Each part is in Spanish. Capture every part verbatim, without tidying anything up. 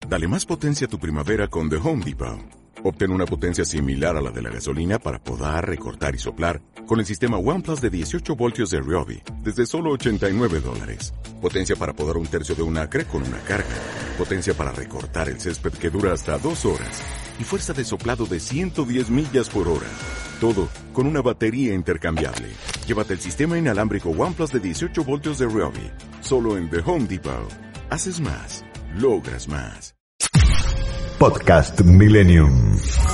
Dale más potencia a tu primavera con The Home Depot. Obtén una potencia similar a la de la gasolina para podar, recortar y soplar con el sistema OnePlus de dieciocho voltios de Ryobi desde solo ochenta y nueve dólares. Potencia para podar un tercio de un acre con una carga. Potencia para recortar el césped que dura hasta dos horas. Y fuerza de soplado de ciento diez millas por hora. Todo con una batería intercambiable. Llévate el sistema inalámbrico OnePlus de dieciocho voltios de Ryobi. Solo en The Home Depot. Haces más. Logras más. Podcast Millennium.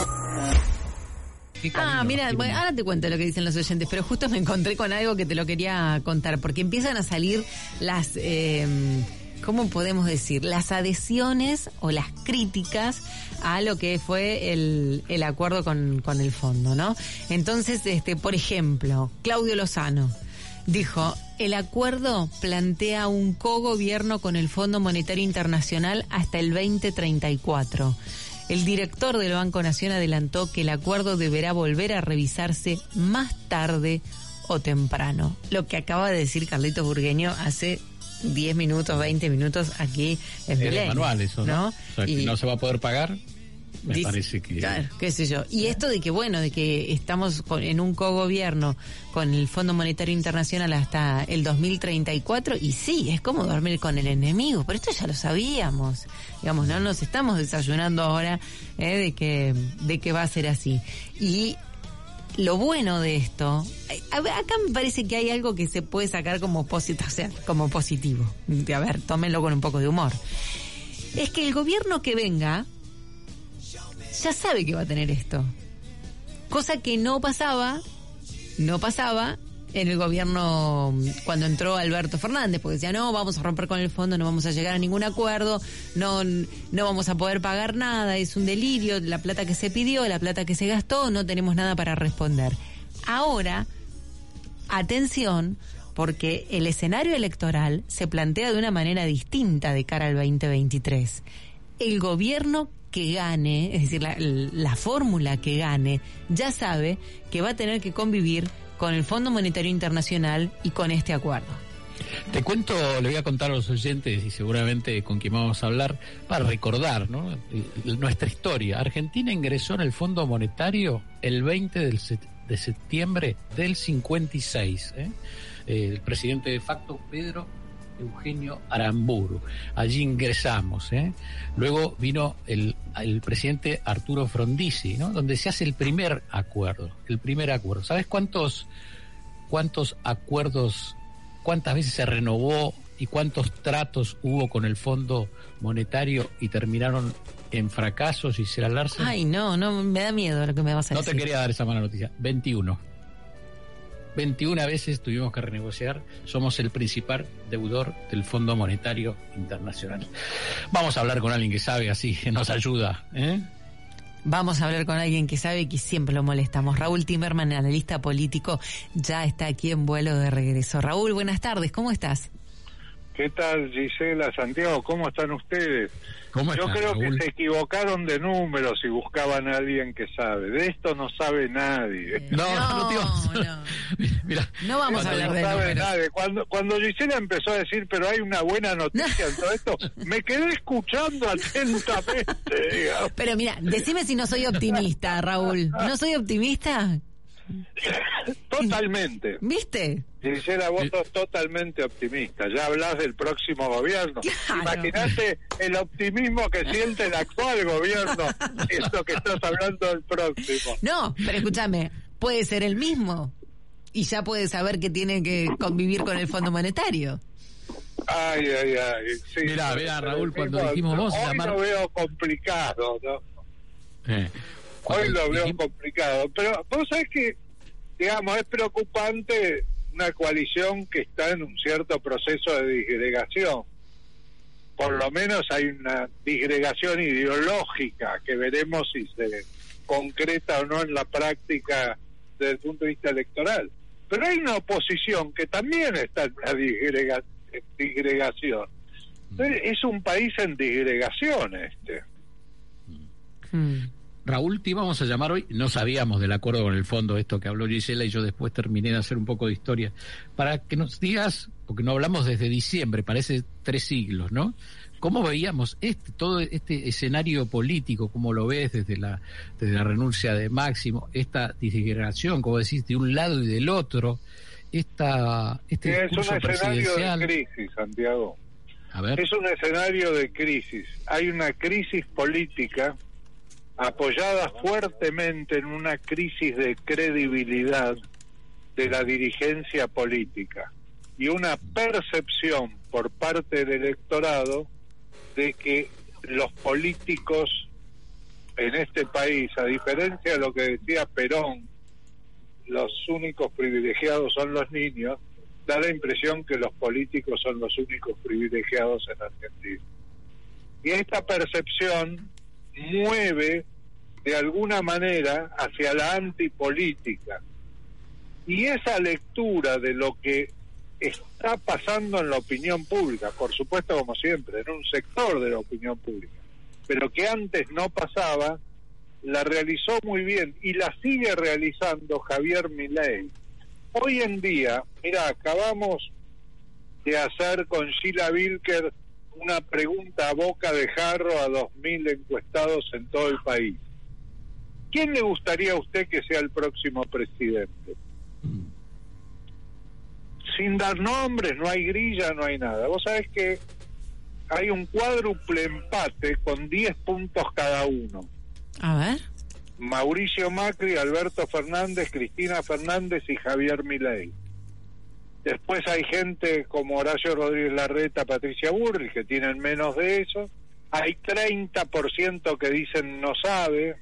Ah, mira, bueno, ahora te cuento lo que dicen los oyentes, pero justo me encontré con algo que te lo quería contar, porque empiezan a salir las, eh, ¿cómo podemos decir? Las adhesiones o las críticas a lo que fue el, el acuerdo con, con el fondo, ¿no? Entonces, este, por ejemplo, Claudio Lozano dijo: el acuerdo plantea un cogobierno con el Fondo Monetario Internacional hasta el veinte treinta y cuatro. El director del Banco Nación adelantó que el acuerdo deberá volver a revisarse más tarde o temprano. Lo que acaba de decir Carlitos Burgueño hace diez minutos, veinte minutos aquí en Belén. Es manual eso, ¿no? ¿no? O sea, y que no se va a poder pagar. Me dice, parece que... Claro, qué sé yo. Y esto de que, bueno, de que estamos con, en un cogobierno con el Fondo Monetario Internacional hasta el dos mil treinta y cuatro, y sí, es como dormir con el enemigo, pero esto ya lo sabíamos. Digamos, no nos estamos desayunando ahora eh, de que de que va a ser así. Y lo bueno de esto, acá me parece que hay algo que se puede sacar como positivo, o sea, como positivo. A ver, tómenlo con un poco de humor. Es que el gobierno que venga ya sabe que va a tener esto. Cosa que no pasaba, no pasaba en el gobierno cuando entró Alberto Fernández, porque decía, no, vamos a romper con el fondo, no vamos a llegar a ningún acuerdo, no, no vamos a poder pagar nada, es un delirio, la plata que se pidió, la plata que se gastó, no tenemos nada para responder. Ahora, atención, porque el escenario electoral se plantea de una manera distinta de cara al veinte veintitrés. El gobierno que gane, es decir, la, la fórmula que gane, ya sabe que va a tener que convivir con el Fondo Monetario Internacional y con este acuerdo. Te cuento, le voy a contar a los oyentes y seguramente con quien vamos a hablar, para recordar, ¿no?, nuestra historia. Argentina ingresó en el Fondo Monetario el veinte de septiembre del cincuenta y seis. ¿eh? El presidente de facto, Pedro Eugenio Aramburu. Allí ingresamos, ¿eh? Luego vino el, el presidente Arturo Frondizi, ¿no?, donde se hace el primer acuerdo, el primer acuerdo. ¿Sabes cuántos cuántos acuerdos, cuántas veces se renovó y cuántos tratos hubo con el Fondo Monetario y terminaron en fracasos y Cera Larsen? Ay, no, no, me da miedo lo que me vas a no decir. No te quería dar esa mala noticia. veintiuno. veintiuna veces tuvimos que renegociar. Somos el principal deudor del Fondo Monetario Internacional. Vamos a hablar con alguien que sabe, así que nos ayuda, ¿eh? Vamos a hablar con alguien que sabe que siempre lo molestamos. Raúl Timerman, analista político, ya está aquí en vuelo de regreso. Raúl, buenas tardes, ¿cómo estás? ¿Qué tal, Gisela, Santiago? ¿Cómo están ustedes? ¿Cómo Yo estás, creo Raúl? que se equivocaron de números y buscaban a alguien que sabe. De esto no sabe nadie. No, no, no, tío. no. Mira, No vamos a hablar no de sabe números. nadie. Cuando, cuando Gisela empezó a decir, pero hay una buena noticia en todo esto, me quedé escuchando atentamente, digamos. Pero mira, decime si no soy optimista, Raúl. ¿No soy optimista? Totalmente. ¿Viste? Gisela, vos sos totalmente optimista. Ya hablas del próximo gobierno. Claro. Imagínate el optimismo que siente el actual gobierno, esto que estás hablando del próximo. No, pero escúchame, puede ser el mismo y ya puede saber que tiene que convivir con el Fondo Monetario. Ay, ay, ay. Sí, Mirá, pero- mirá, pero Raúl, el cuando mismo- dijimos vos, hoy llamar- lo veo complicado, ¿no? Eh, Hoy lo veo dijimos- complicado. Pero vos sabés que, digamos, es preocupante una coalición que está en un cierto proceso de disgregación. Por lo menos hay una disgregación ideológica que veremos si se concreta o no en la práctica desde el punto de vista electoral. Pero hay una oposición que también está en una disgrega- disgregación. Entonces, es un país en disgregación este. Hmm. Raúl, te íbamos a llamar hoy, no sabíamos del acuerdo con el fondo, esto que habló Gisela, y yo después terminé de hacer un poco de historia, para que nos digas, porque no hablamos desde diciembre, parece tres siglos, ¿no? ¿Cómo veíamos este todo este escenario político? ¿Cómo lo ves desde la desde la renuncia de Máximo? Esta disgregación, como decís, de un lado y del otro, esta este es discurso un escenario presidencial. de crisis, Santiago. A ver. Es un escenario de crisis. Hay una crisis política apoyada fuertemente en una crisis de credibilidad de la dirigencia política y una percepción por parte del electorado de que los políticos en este país, a diferencia de lo que decía Perón, los únicos privilegiados son los niños, da la impresión que los políticos son los únicos privilegiados en Argentina. Y esta percepción mueve de alguna manera hacia la antipolítica. Y esa lectura de lo que está pasando en la opinión pública, por supuesto, como siempre, en un sector de la opinión pública, pero que antes no pasaba, la realizó muy bien y la sigue realizando Javier Milei. Hoy en día, mira, acabamos de hacer con Sheila Wilker una pregunta a boca de jarro a dos mil encuestados en todo el país. ¿Quién le gustaría a usted que sea el próximo presidente? Sin dar nombres, no hay grilla, no hay nada. Vos sabés que hay un cuádruple empate con diez puntos cada uno. A ver. Mauricio Macri, Alberto Fernández, Cristina Fernández y Javier Milei. Después hay gente como Horacio Rodríguez Larreta, Patricia Bullrich, que tienen menos de eso. Hay treinta por ciento que dicen no sabe.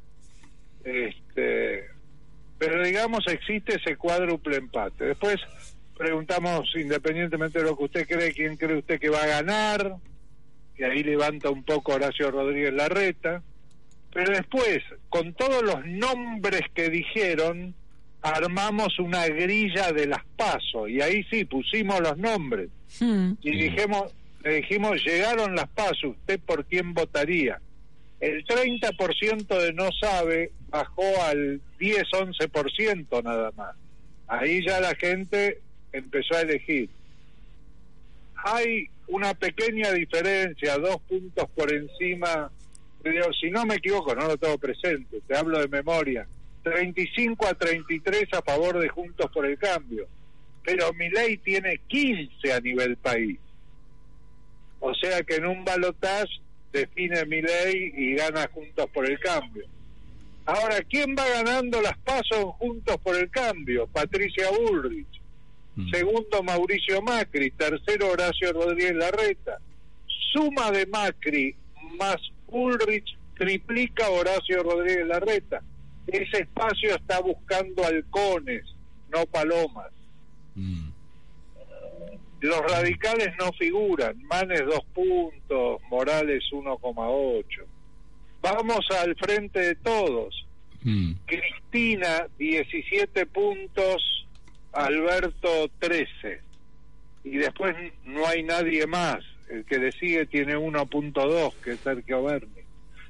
Este, pero digamos existe ese cuádruple empate. Después preguntamos, independientemente de lo que usted cree, quién cree usted que va a ganar, y ahí levanta un poco Horacio Rodríguez Larreta. Pero después, con todos los nombres que dijeron, armamos una grilla de las PASO, y ahí sí pusimos los nombres. Hmm. Y dijimos, le dijimos, llegaron las PASO, ¿usted por quién votaría? El treinta por ciento de no sabe bajó al diez, once por ciento nada más. Ahí ya la gente empezó a elegir. Hay una pequeña diferencia, dos puntos por encima. Pero si no me equivoco, no lo tengo presente, te hablo de memoria, treinta y cinco a treinta y tres a favor de Juntos por el Cambio, pero Milei tiene quince a nivel país, o sea que en un balotaje define Milei y gana Juntos por el Cambio. Ahora, ¿quién va ganando las PASO en Juntos por el Cambio? Patricia Bullrich. Mm. Segundo, Mauricio Macri. Tercero, Horacio Rodríguez Larreta. Suma de Macri más Bullrich triplica a Horacio Rodríguez Larreta. Ese espacio está buscando halcones, no palomas. Mm. Los radicales no figuran. Manes dos puntos, Morales uno coma ocho. Vamos al frente de todos. Mm. Cristina diecisiete puntos, Alberto trece. Y después no hay nadie más. El que le sigue tiene uno punto dos, que es Sergio Berni.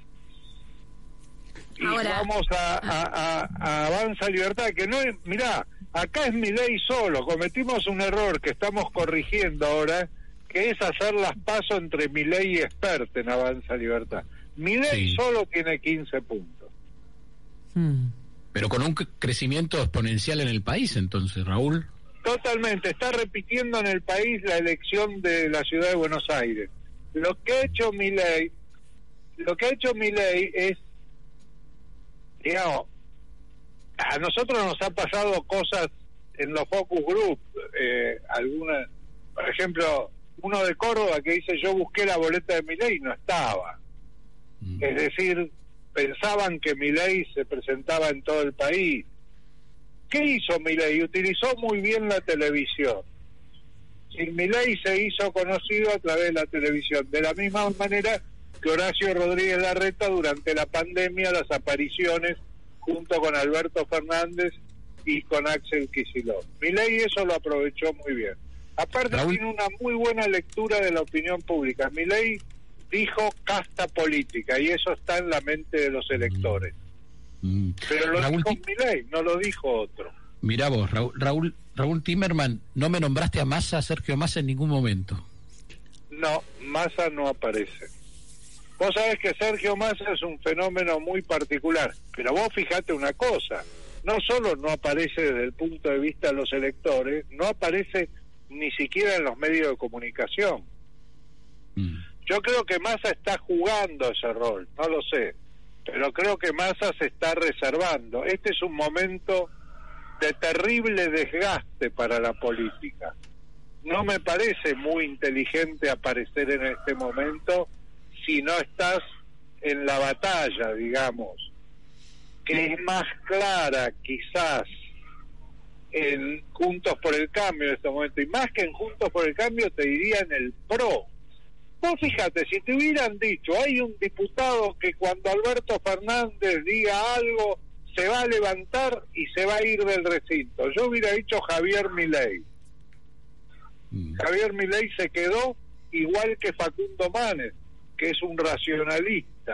Y ahora vamos a, a, a, a Avanza Libertad, que no es, mirá, acá es Milei solo. Cometimos un error que estamos corrigiendo ahora, que es hacer las pasos entre Milei y Expert en Avanza Libertad. Milei sí. Solo tiene quince puntos. Hmm. Pero con un crecimiento exponencial en el país, entonces, Raúl. Totalmente, está repitiendo en el país la elección de la ciudad de Buenos Aires. Lo que ha hecho Milei, lo que ha hecho Milei es, digamos, a nosotros nos ha pasado cosas en los focus group, eh, algunas, por ejemplo, uno de Córdoba que dice yo busqué la boleta de Milei y no estaba. Mm. Es decir, pensaban que Milei se presentaba en todo el país. ¿Qué hizo Milei? Utilizó muy bien la televisión. Y Milei se hizo conocido a través de la televisión, de la misma manera que Horacio Rodríguez Larreta durante la pandemia, las apariciones junto con Alberto Fernández y con Axel Kicillof. Milei eso lo aprovechó muy bien. Aparte Raúl. Tiene una muy buena lectura de la opinión pública. Milei dijo casta política, y eso está en la mente de los electores. Mm. Pero lo Raúl dijo Milei, no lo dijo otro. Mirá vos, Raúl, Raúl, Raúl Timerman, no me nombraste a Massa, Sergio Massa, en ningún momento. No, Massa no aparece. Vos sabés que Sergio Massa es un fenómeno muy particular, pero vos fijate una cosa, no solo no aparece desde el punto de vista de los electores, no aparece ni siquiera en los medios de comunicación. Mm. Yo creo que Massa está jugando ese rol, no lo sé, pero creo que Massa se está reservando. Este es un momento de terrible desgaste para la política. No me parece muy inteligente aparecer en este momento si no estás en la batalla, digamos, que es más clara quizás en Juntos por el Cambio en este momento, y más que en Juntos por el Cambio te diría en el PRO. Vos fíjate, si te hubieran dicho, hay un diputado que cuando Alberto Fernández diga algo se va a levantar y se va a ir del recinto, yo hubiera dicho Javier Milei. Mm. Javier Milei se quedó igual que Facundo Manes, que es un racionalista,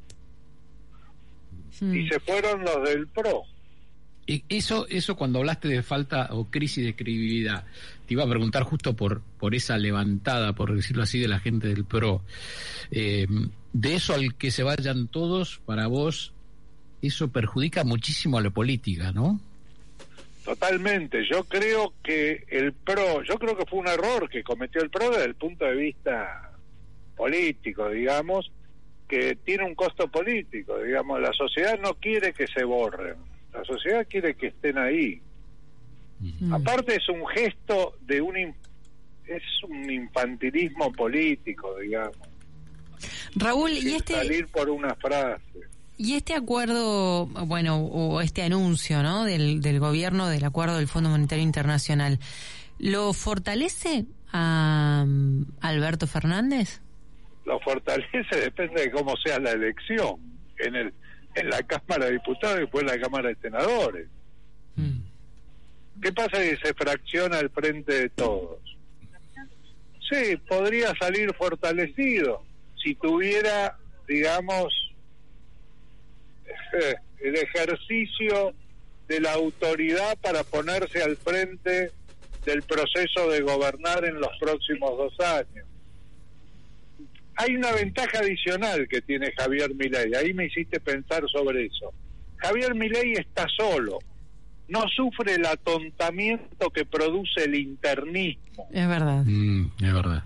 mm. y se fueron los del PRO. Y eso, eso cuando hablaste de falta o crisis de credibilidad, te iba a preguntar justo por, por esa levantada, por decirlo así, de la gente del PRO. Eh, de eso al que se vayan todos, para vos, eso perjudica muchísimo a la política, ¿no? Totalmente. Yo creo que el PRO, yo creo que fue un error que cometió el PRO desde el punto de vista político, digamos, que tiene un costo político, digamos, la sociedad no quiere que se borren, la sociedad quiere que estén ahí. Mm. Aparte es un gesto de un es un infantilismo político, digamos. Raúl, y este salir por una frase. Y este acuerdo, bueno, o este anuncio, ¿no?, del del gobierno del acuerdo del Fondo Monetario Internacional, ¿lo fortalece a um, Alberto Fernández? Lo fortalece, depende de cómo sea la elección en el en la Cámara de Diputados y después en la Cámara de Senadores. Mm. ¿Qué pasa si se fracciona el Frente de Todos? Sí, podría salir fortalecido si tuviera, digamos, el ejercicio de la autoridad para ponerse al frente del proceso de gobernar en los próximos dos años. Hay una ventaja adicional que tiene Javier Milei, ahí me hiciste pensar sobre eso. Javier Milei está solo, no sufre el atontamiento que produce el internismo. Es verdad. Mm, es verdad.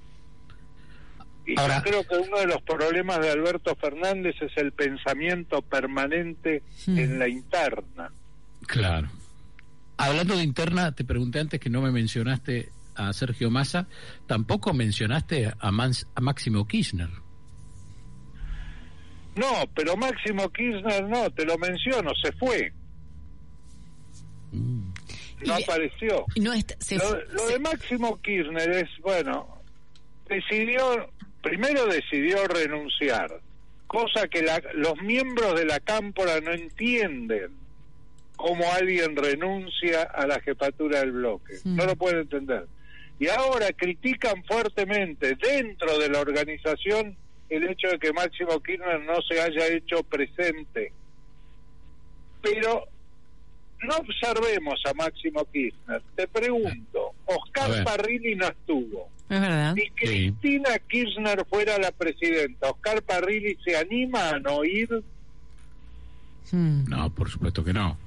Y Ahora, yo creo que uno de los problemas de Alberto Fernández es el pensamiento permanente hmm. en la interna. Claro. Hablando de interna, te pregunté antes que no me mencionaste a Sergio Massa, tampoco mencionaste a, Mans, a Máximo Kirchner. No, pero Máximo Kirchner no, te lo menciono, se fue. Mm. No y, apareció. No está, se lo, fue, lo se... de Máximo Kirchner es, bueno, decidió, primero decidió renunciar, cosa que la, los miembros de la Cámpora no entienden, cómo alguien renuncia a la jefatura del bloque, mm. no lo pueden entender. Y ahora critican fuertemente dentro de la organización el hecho de que Máximo Kirchner no se haya hecho presente. Pero no observemos a Máximo Kirchner. Te pregunto, Oscar Parrilli no estuvo. Es verdad. Si Cristina sí. Kirchner fuera la presidenta, ¿Oscar Parrilli se anima a no ir? Hmm. No, por supuesto que no.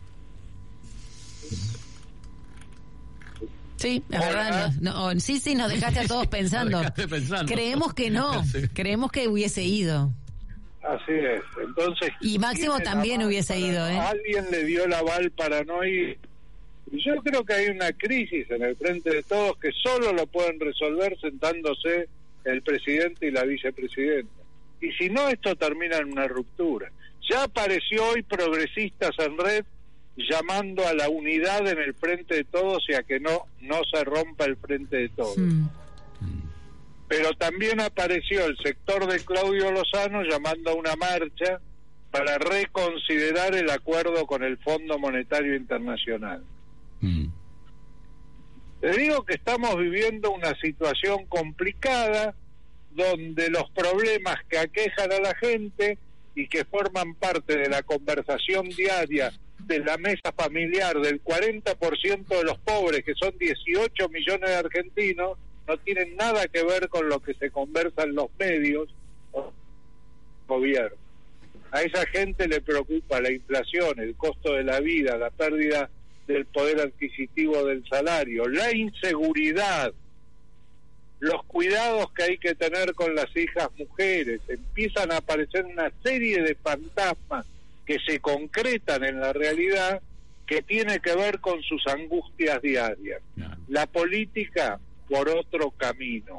Sí, es verdad. No, no, sí, sí, nos dejaste a todos pensando. pensando. Creemos que no, sí. creemos que hubiese ido. Así es. Entonces. Y Máximo también hubiese ido, ¿eh? Alguien le dio el aval para no ir. Y yo creo que hay una crisis en el Frente de Todos que solo lo pueden resolver sentándose el presidente y la vicepresidenta. Y si no, esto termina en una ruptura. Ya apareció hoy Progresistas en Red llamando a la unidad en el Frente de Todos y a que no no se rompa el Frente de Todos. Mm. Pero también apareció el sector de Claudio Lozano llamando a una marcha para reconsiderar el acuerdo con el Fondo Monetario Internacional. Mm. Te digo que estamos viviendo una situación complicada donde los problemas que aquejan a la gente y que forman parte de la conversación diaria de la mesa familiar del cuarenta por ciento de los pobres, que son dieciocho millones de argentinos, no tienen nada que ver con lo que se conversa en los medios o gobierno. A esa gente le preocupa la inflación, el costo de la vida, la pérdida del poder adquisitivo del salario, la inseguridad, los cuidados que hay que tener con las hijas mujeres. Empiezan a aparecer una serie de fantasmas que se concretan en la realidad, que tiene que ver con sus angustias diarias. La política por otro camino.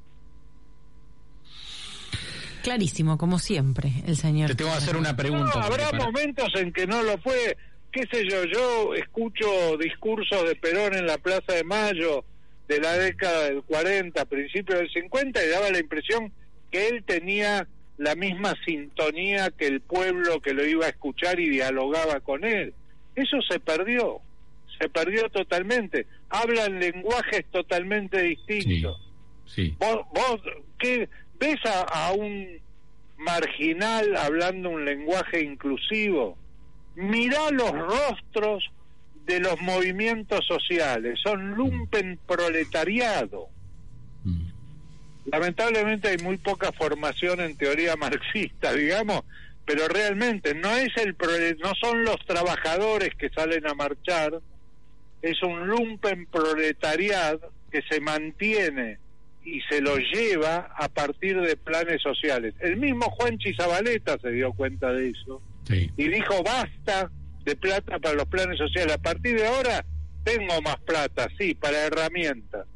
Clarísimo, como siempre, el señor. Te tengo que hacer una pregunta. No, habrá para... momentos en que no lo fue. Qué sé yo, yo escucho discursos de Perón en la Plaza de Mayo de la década del cuarenta, principios del cincuenta, y daba la impresión que él tenía la misma sintonía que el pueblo que lo iba a escuchar y dialogaba con él. Eso se perdió, se perdió totalmente. Hablan lenguajes totalmente distintos. Sí, sí. ¿Vos, vos qué ves a, a un marginal hablando un lenguaje inclusivo? Mirá los rostros de los movimientos sociales, son lumpen proletariado. Mm. Lamentablemente hay muy poca formación en teoría marxista, digamos, pero realmente no es el prolet- no son los trabajadores que salen a marchar, es un lumpen proletariado que se mantiene y se lo lleva a partir de planes sociales. El mismo Juanchi Zabaleta se dio cuenta de eso. Sí. Y dijo, basta de plata para los planes sociales. A partir de ahora tengo más plata, sí, para herramientas.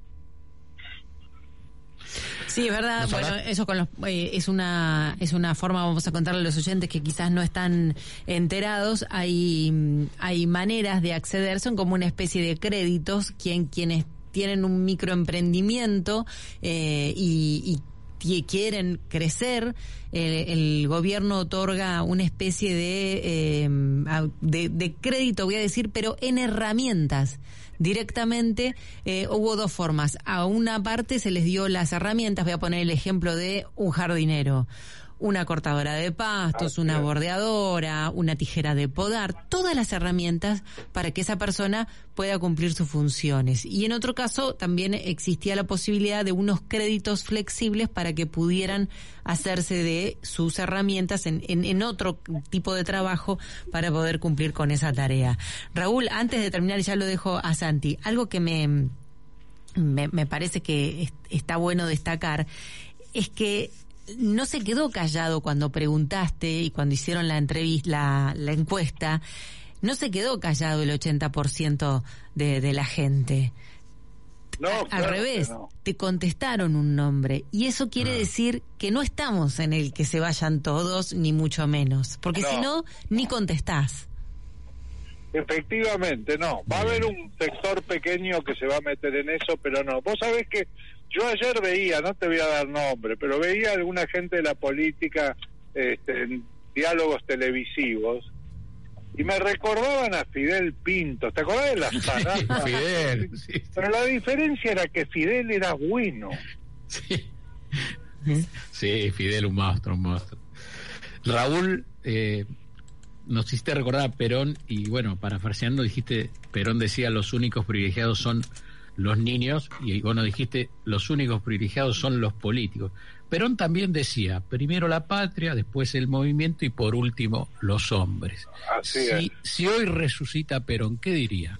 Sí, es verdad. Bueno, eso con los, eh, es una es una forma, vamos a contarle a los oyentes que quizás no están enterados. Hay hay maneras de acceder, son como una especie de créditos, quien quienes tienen un microemprendimiento eh, y, y y quieren crecer, eh, el gobierno otorga una especie de, eh, de de crédito, voy a decir, pero en herramientas. Directamente eh, hubo dos formas. A una parte se les dio las herramientas, voy a poner el ejemplo de un jardinero, una cortadora de pastos, una bordeadora, una tijera de podar, todas las herramientas para que esa persona pueda cumplir sus funciones. Y en otro caso también existía la posibilidad de unos créditos flexibles para que pudieran hacerse de sus herramientas en, en, en otro tipo de trabajo para poder cumplir con esa tarea. Raúl, antes de terminar, ya lo dejo a Santi, algo que me, me, me parece que es, está bueno destacar es que no se quedó callado cuando preguntaste y cuando hicieron la entrevista, la, la encuesta, no se quedó callado el ochenta por ciento de, de la gente. No, a, claro al revés, no. Te contestaron un nombre y eso quiere ah. decir que no estamos en el que se vayan todos, ni mucho menos, porque no, si no, ni contestás. Efectivamente, no. Va a haber un sector pequeño que se va a meter en eso, pero no. Vos sabés que yo ayer veía, no te voy a dar nombre, pero veía a alguna gente de la política este, en diálogos televisivos y me recordaban a Fidel Pinto. ¿Te acordás de las paradas? Fidel, sí, sí. Pero la diferencia era que Fidel era bueno. Sí, sí, Fidel un monstruo, un monstruo. Raúl, eh, nos hiciste recordar a Perón y bueno, parafraseando dijiste, Perón decía los únicos privilegiados son los niños y bueno, dijiste los únicos privilegiados son los políticos. Perón también decía, primero la patria, después el movimiento y por último los hombres. Así si, es. si hoy resucita Perón, ¿qué diría?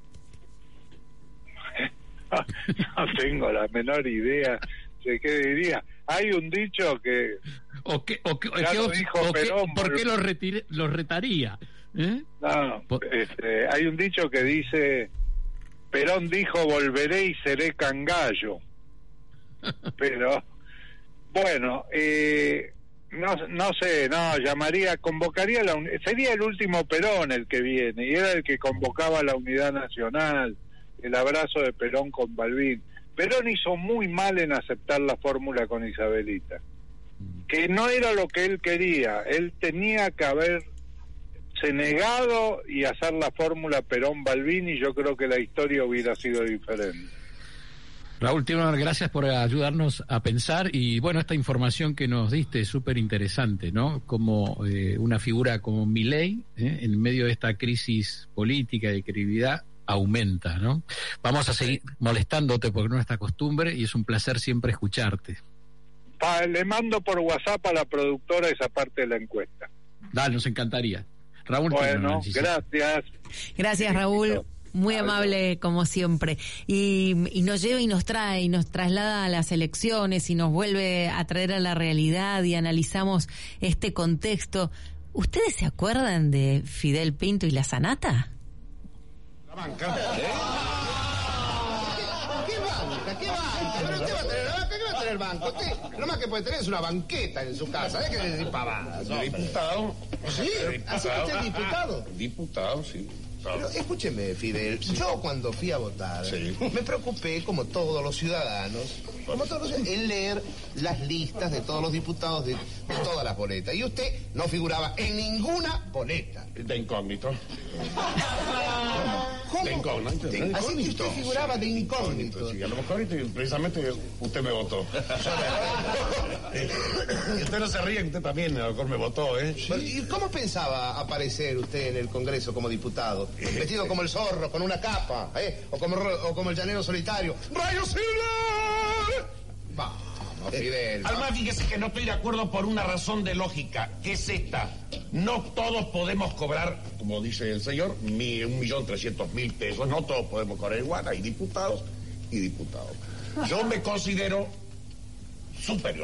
No tengo la menor idea de qué diría. Hay un dicho que... O que, o que, o que, dijo o Perón, que, ¿por qué lo, retire, lo retaría? ¿Eh? No, este, hay un dicho que dice... Perón dijo, volveré y seré cangallo. Pero, bueno, eh, no, no sé, no, llamaría, convocaría, la sería el último Perón el que viene, y era el que convocaba la unidad nacional, el abrazo de Perón con Balbín. Perón hizo muy mal en aceptar la fórmula con Isabelita, que no era lo que él quería, él tenía que haber se negado y hacer la fórmula Perón-Balbín y yo creo que la historia hubiera sido diferente. Raúl Tierno, gracias por ayudarnos a pensar y bueno, esta información que nos diste es súper interesante, ¿no? Como eh, una figura como Milei, ¿eh? en medio de esta crisis política de credibilidad, aumenta, ¿no? Vamos a seguir molestándote porque no es nuestra costumbre y es un placer siempre escucharte. Pa, le mando por WhatsApp a la productora esa parte de la encuesta. Dale, nos encantaría. Raúl Bueno, Tierno, gracias. Gracias, Raúl. Muy amable como siempre. Y, y nos lleva y nos trae y nos traslada a las elecciones y nos vuelve a traer a la realidad y analizamos este contexto. ¿Ustedes se acuerdan de Fidel Pinto y la Sanata? La banca. ¿Eh? ¿Qué banca? ¿Qué banca? Pero usted va a tener la banca, ¿qué va a tener el banco? Usted lo más que puede tener es una banqueta en su casa. ¿Deje de decir pavadas? ¿No? Diputado. ¿Sí? ¿Así que usted es diputado? Diputado, sí. Pero escúcheme, Fidel, sí. Yo cuando fui a votar, sí. me preocupé, como todos los ciudadanos, como todos los ciudadanos, en leer las listas de todos los diputados de, de todas las boletas. Y usted no figuraba en ninguna boleta. De incógnito. ¿Cómo? De incógnito. De incógnito. Así que usted figuraba de incógnito. Sí, a lo mejor precisamente usted me votó. Y usted no se ríe, usted también a lo mejor me votó, ¿eh? ¿Sí? ¿Y cómo pensaba aparecer usted en el Congreso como diputado? Vestido como el zorro, con una capa, ¿eh? O como, o como el llanero solitario. ¡Rayo Silver! Vamos, Fidel. Además, fíjese que no estoy de acuerdo por una razón de lógica, que es esta. No todos podemos cobrar, como dice el señor, mi, un millón trescientos mil pesos. No todos podemos cobrar igual. Hay diputados y diputados. Yo me considero superior.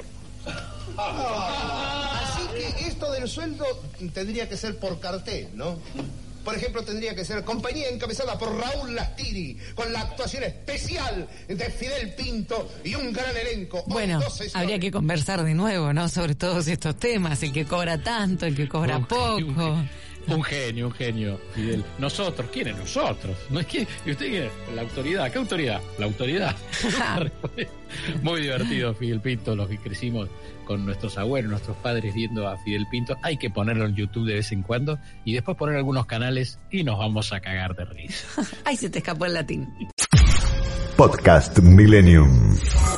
Así que esto del sueldo tendría que ser por cartel, ¿no? Por ejemplo, tendría que ser compañía encabezada por Raúl Lastiri, con la actuación especial de Fidel Pinto y un gran elenco. Bueno, habría que conversar de nuevo, ¿no? Sobre todos estos temas, el que cobra tanto, el que cobra un, poco. Un, un genio, un genio, Fidel. Nosotros, ¿quiénes nosotros? ¿No es que ¿Y usted quién es? La autoridad. ¿Qué autoridad? La autoridad. Muy divertido, Fidel Pinto, los que crecimos con nuestros abuelos, nuestros padres viendo a Fidel Pinto. Hay que ponerlo en YouTube de vez en cuando y después poner algunos canales y nos vamos a cagar de risa. Ay, se te escapó el latín. Podcast Millennium.